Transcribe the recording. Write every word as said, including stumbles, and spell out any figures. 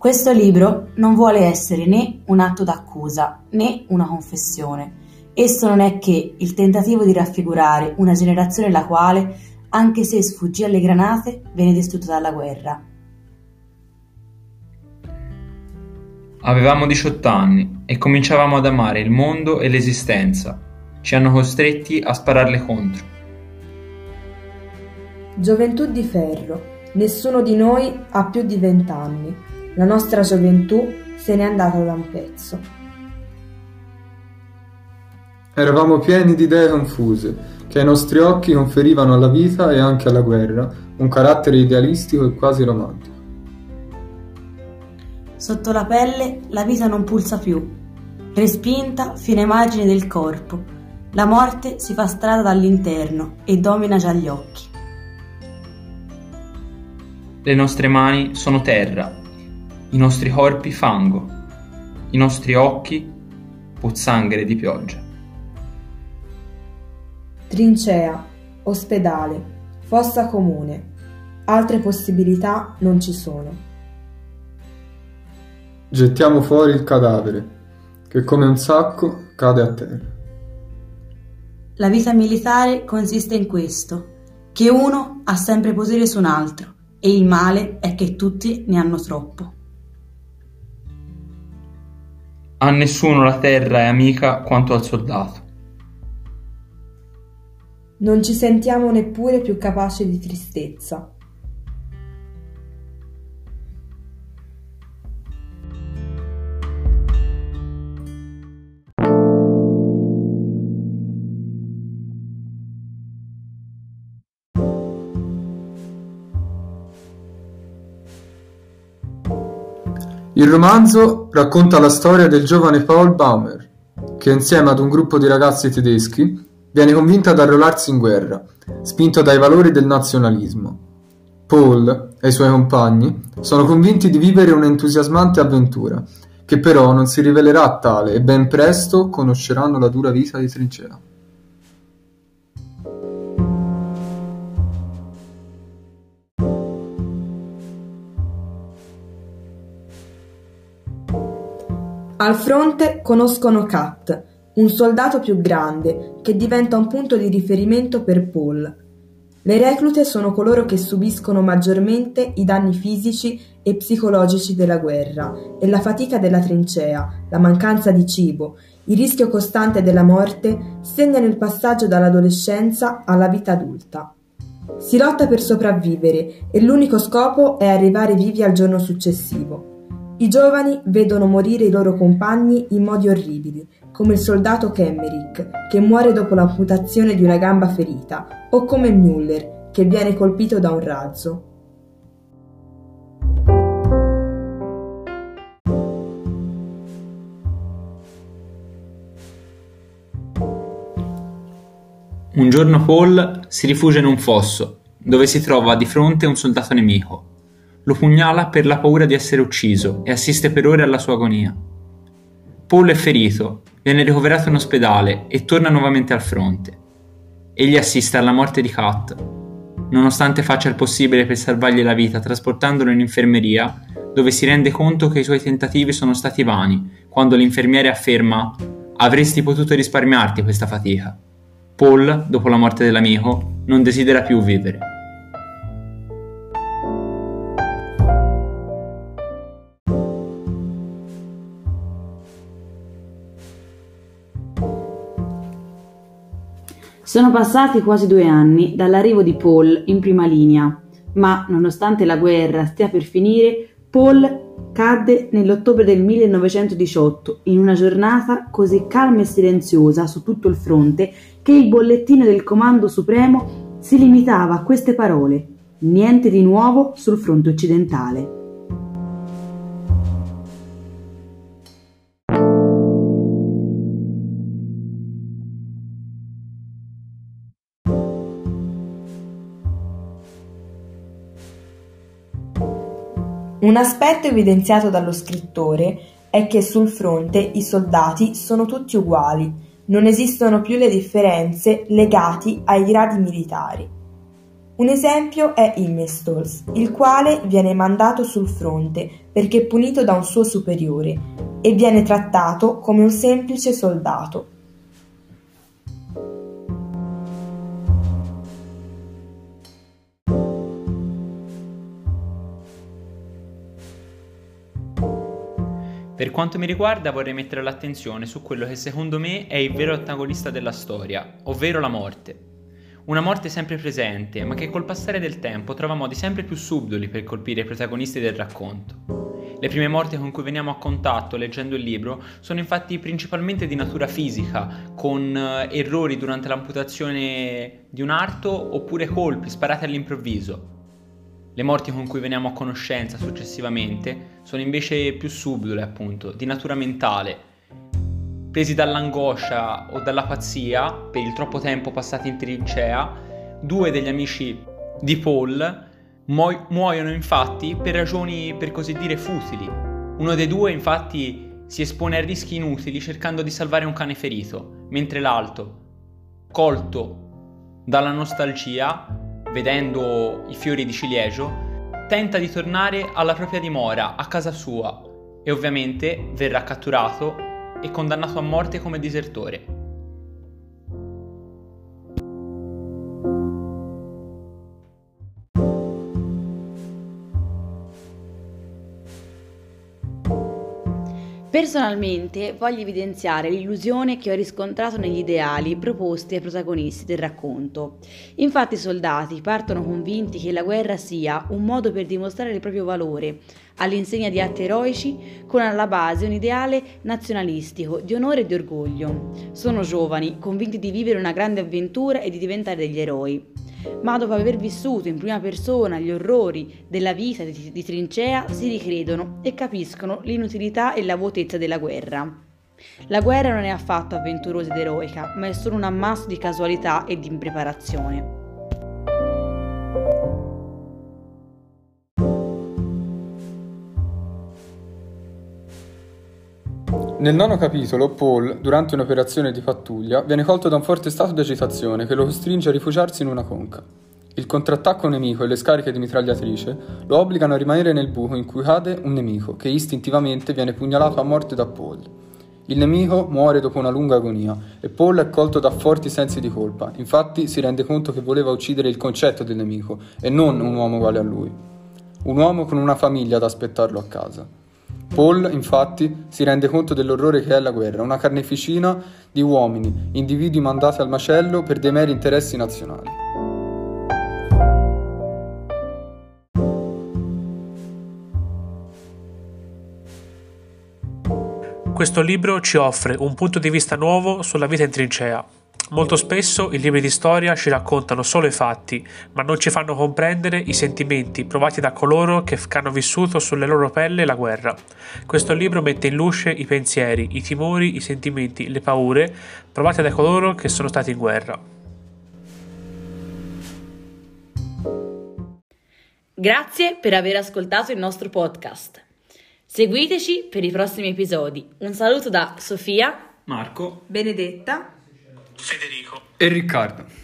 Questo libro non vuole essere né un atto d'accusa né una confessione. Esso non è che il tentativo di raffigurare una generazione la quale, anche se sfuggì alle granate, venne distrutta dalla guerra. Avevamo diciotto anni e cominciavamo ad amare il mondo e l'esistenza. Ci hanno costretti a spararle contro. Gioventù di ferro. Nessuno di noi ha più di vent'anni. La nostra gioventù se n'è andata da un pezzo. Eravamo pieni di idee confuse, che ai nostri occhi conferivano alla vita e anche alla guerra un carattere idealistico e quasi romantico. Sotto la pelle la vita non pulsa più, respinta fino ai margini del corpo. La morte si fa strada dall'interno e domina già gli occhi. Le nostre mani sono terra, i nostri corpi fango, i nostri occhi pozzanghere di pioggia. Trincea, ospedale, fossa comune. Altre possibilità non ci sono. Gettiamo fuori il cadavere, che come un sacco cade a terra. La vita militare consiste in questo, che uno ha sempre potere su un altro, e il male è che tutti ne hanno troppo. A nessuno la terra è amica quanto al soldato. Non ci sentiamo neppure più capaci di tristezza. Il romanzo racconta la storia del giovane Paul Baumer, che insieme ad un gruppo di ragazzi tedeschi viene convinto ad arruolarsi in guerra, spinto dai valori del nazionalismo. Paul e i suoi compagni sono convinti di vivere un'entusiasmante avventura, che però non si rivelerà tale e ben presto conosceranno la dura vita di trincea. Al fronte conoscono Kat, un soldato più grande che diventa un punto di riferimento per Paul. Le reclute sono coloro che subiscono maggiormente i danni fisici e psicologici della guerra e la fatica della trincea, la mancanza di cibo, il rischio costante della morte segnano il passaggio dall'adolescenza alla vita adulta. Si lotta per sopravvivere e l'unico scopo è arrivare vivi al giorno successivo. I giovani vedono morire i loro compagni in modi orribili, come il soldato Kemmerich, che muore dopo l'amputazione di una gamba ferita, o come Müller, che viene colpito da un razzo. Un giorno Paul si rifugia in un fosso, dove si trova di fronte un soldato nemico. Lo pugnala per la paura di essere ucciso e assiste per ore alla sua agonia. Paul è ferito, viene ricoverato in ospedale e torna nuovamente al fronte. Egli assiste alla morte di Kat, nonostante faccia il possibile per salvargli la vita trasportandolo in infermeria, dove si rende conto che i suoi tentativi sono stati vani, quando l'infermiere afferma «Avresti potuto risparmiarti questa fatica». Paul, dopo la morte dell'amico, non desidera più vivere. Sono passati quasi due anni dall'arrivo di Paul in prima linea, ma nonostante la guerra stia per finire, Paul cadde nell'ottobre del millenovecentodiciotto in una giornata così calma e silenziosa su tutto il fronte che il bollettino del Comando Supremo si limitava a queste parole: niente di nuovo sul fronte occidentale. Un aspetto evidenziato dallo scrittore è che sul fronte i soldati sono tutti uguali, non esistono più le differenze legate ai gradi militari. Un esempio è Immestols, il quale viene mandato sul fronte perché punito da un suo superiore e viene trattato come un semplice soldato. Per quanto mi riguarda vorrei mettere l'attenzione su quello che secondo me è il vero antagonista della storia, ovvero la morte. Una morte sempre presente, ma che col passare del tempo trova modi sempre più subdoli per colpire i protagonisti del racconto. Le prime morti con cui veniamo a contatto leggendo il libro sono infatti principalmente di natura fisica, con errori durante l'amputazione di un arto oppure colpi sparati all'improvviso. Le morti con cui veniamo a conoscenza successivamente sono invece più subdole, appunto, di natura mentale, presi dall'angoscia o dalla pazzia per il troppo tempo passato in trincea. Due degli amici di Paul mu- muoiono infatti per ragioni per così dire futili. Uno dei due infatti si espone a rischi inutili cercando di salvare un cane ferito, mentre l'altro, colto dalla nostalgia, vedendo i fiori di ciliegio, tenta di tornare alla propria dimora, a casa sua, e ovviamente verrà catturato e condannato a morte come disertore. Personalmente voglio evidenziare l'illusione che ho riscontrato negli ideali proposti ai protagonisti del racconto. Infatti i soldati partono convinti che la guerra sia un modo per dimostrare il proprio valore, all'insegna di atti eroici, con alla base un ideale nazionalistico di onore e di orgoglio. Sono giovani, convinti di vivere una grande avventura e di diventare degli eroi. Ma dopo aver vissuto in prima persona gli orrori della vita di, di trincea, si ricredono e capiscono l'inutilità e la vuotezza della guerra. La guerra non è affatto avventurosa ed eroica, ma è solo un ammasso di casualità e di impreparazione. Nel nono capitolo, Paul, durante un'operazione di pattuglia, viene colto da un forte stato di agitazione che lo costringe a rifugiarsi in una conca. Il contrattacco nemico e le scariche di mitragliatrice lo obbligano a rimanere nel buco in cui cade un nemico, che istintivamente viene pugnalato a morte da Paul. Il nemico muore dopo una lunga agonia e Paul è colto da forti sensi di colpa, infatti si rende conto che voleva uccidere il concetto del nemico e non un uomo uguale a lui. Un uomo con una famiglia ad aspettarlo a casa. Paul, infatti, si rende conto dell'orrore che è la guerra, una carneficina di uomini, individui mandati al macello per dei meri interessi nazionali. Questo libro ci offre un punto di vista nuovo sulla vita in trincea. Molto spesso i libri di storia ci raccontano solo i fatti, ma non ci fanno comprendere i sentimenti provati da coloro che hanno vissuto sulle loro pelle la guerra. Questo libro mette in luce i pensieri, i timori, i sentimenti, le paure provate da coloro che sono stati in guerra. Grazie per aver ascoltato il nostro podcast. Seguiteci per i prossimi episodi. Un saluto da Sofia, Marco, Benedetta, Federico E Riccardo.